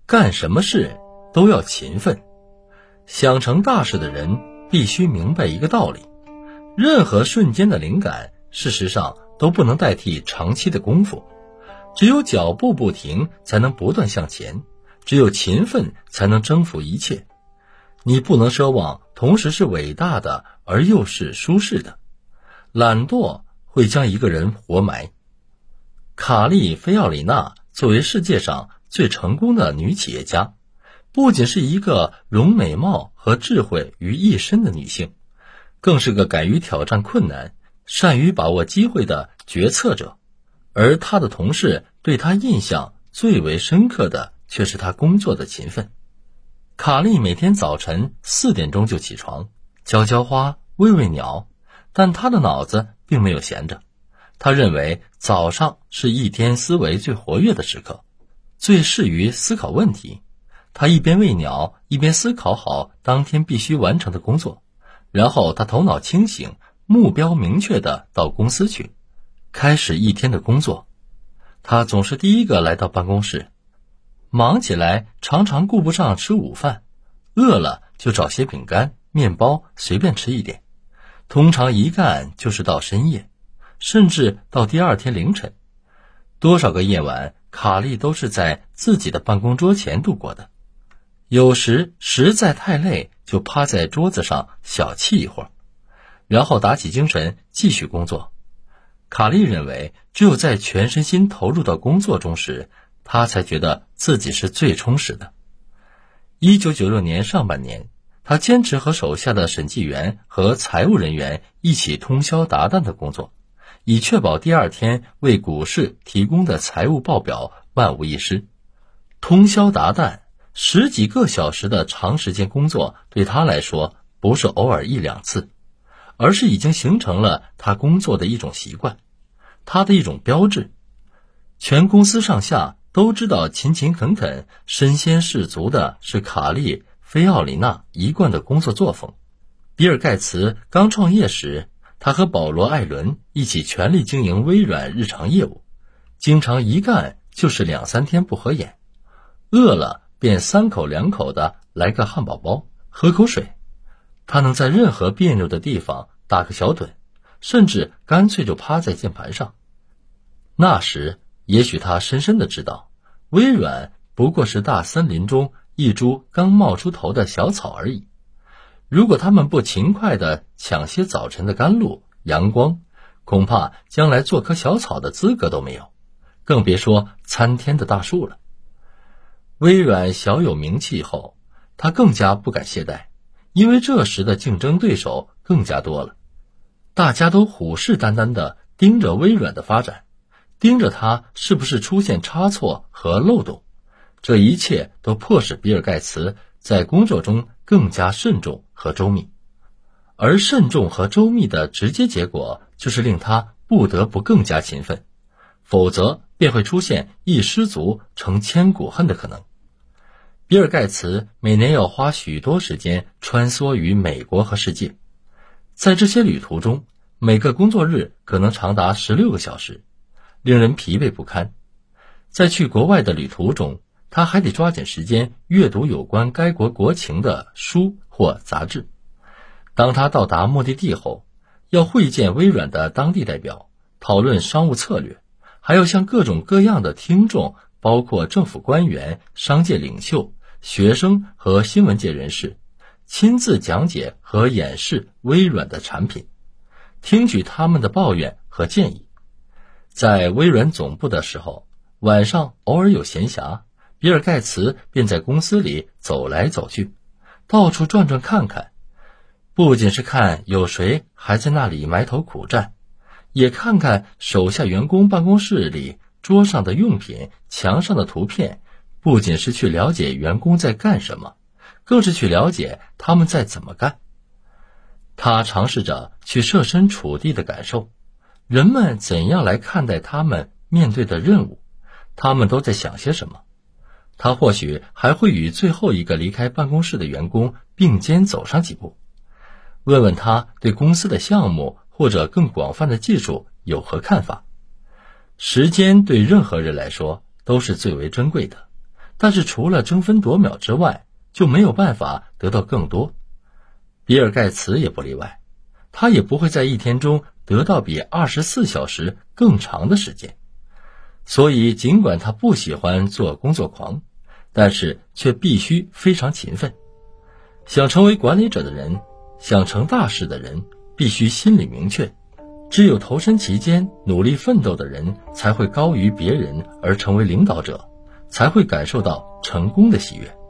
干什么事都要勤奋。想成大事的人必须明白一个道理，任何瞬间的灵感事实上都不能代替长期的功夫，只有脚步不停才能不断向前，只有勤奋才能征服一切。你不能奢望同时是伟大的而又是舒适的，懒惰会将一个人活埋。卡利·菲奥里娜作为世界上最成功的女企业家，不仅是一个融美貌和智慧于一身的女性，更是个敢于挑战困难、善于把握机会的决策者。而她的同事对她印象最为深刻的却是她工作的勤奋。卡利每天早晨4点钟就起床，浇花，喂喂鸟，但她的脑子并没有闲着。她认为早上是一天思维最活跃的时刻，最适于思考问题。她一边喂鸟，一边思考好当天必须完成的工作，然后她头脑清醒，目标明确地到公司去，开始一天的工作。她总是第一个来到办公室，忙起来常常顾不上吃午饭，饿了就找些饼干、面包随便吃一点，通常一干就是到深夜，甚至到第二天凌晨。多少个夜晚，卡利都是在自己的办公桌前度过的。有时实在太累，就趴在桌子上小憩一会儿，然后打起精神继续工作。卡利认为，只有在全身心投入到工作中时，他才觉得自己是最充实的。1996年上半年，他坚持和手下的审计员和财务人员一起通宵达旦的工作，以确保第二天为股市提供的财务报表万无一失。通宵达旦10几个小时的长时间工作，对他来说不是偶尔1、2次，而是已经形成了他工作的一种习惯，他的一种标志。全公司上下都知道勤勤恳恳、身先士卒的是卡利·菲奥里娜一贯的工作作风。比尔·盖茨刚创业时，他和保罗·艾伦一起全力经营微软日常业务，经常一干就是2、3天不合眼，饿了便3口2口的来个汉堡包，喝口水。他能在任何别扭的地方打个小盹，甚至干脆就趴在键盘上。那时也许他深深地知道，微软不过是大森林中一株刚冒出头的小草而已。如果他们不勤快地抢些早晨的甘露、阳光，恐怕将来做棵小草的资格都没有，更别说参天的大树了。微软小有名气后，他更加不敢懈怠，因为这时的竞争对手更加多了。大家都虎视眈眈地盯着微软的发展，盯着它是不是出现差错和漏洞。这一切都迫使比尔·盖茨在工作中更加慎重和周密，而慎重和周密的直接结果就是令他不得不更加勤奋，否则便会出现一失足成千古恨的可能。比尔·盖茨每年要花许多时间穿梭于美国和世界，在这些旅途中，每个工作日可能长达16个小时，令人疲惫不堪。在去国外的旅途中，他还得抓紧时间阅读有关该国国情的书或杂志。当他到达目的地后，要会见微软的当地代表，讨论商务策略，还要向各种各样的听众，包括政府官员、商界领袖、学生和新闻界人士，亲自讲解和演示微软的产品，听取他们的抱怨和建议。在微软总部的时候，晚上偶尔有闲暇，比尔·盖茨便在公司里走来走去，到处转转看看，不仅是看有谁还在那里埋头苦战，也看看手下员工办公室里桌上的用品、墙上的图片，不仅是去了解员工在干什么，更是去了解他们在怎么干。他尝试着去设身处地的感受，人们怎样来看待他们面对的任务，他们都在想些什么。他或许还会与最后一个离开办公室的员工并肩走上几步，问问他对公司的项目或者更广泛的技术有何看法。时间对任何人来说都是最为珍贵的， 但是除了争分夺秒之外，就没有办法得到更多。比尔盖茨也不例外，他也不会在一天中得到比24小时更长的时间。所以尽管他不喜欢做工作狂，但是却必须非常勤奋。想成为管理者的人，想成大事的人，必须心里明确，只有投身其间努力奋斗的人才会高于别人而成为领导者，才会感受到成功的喜悦。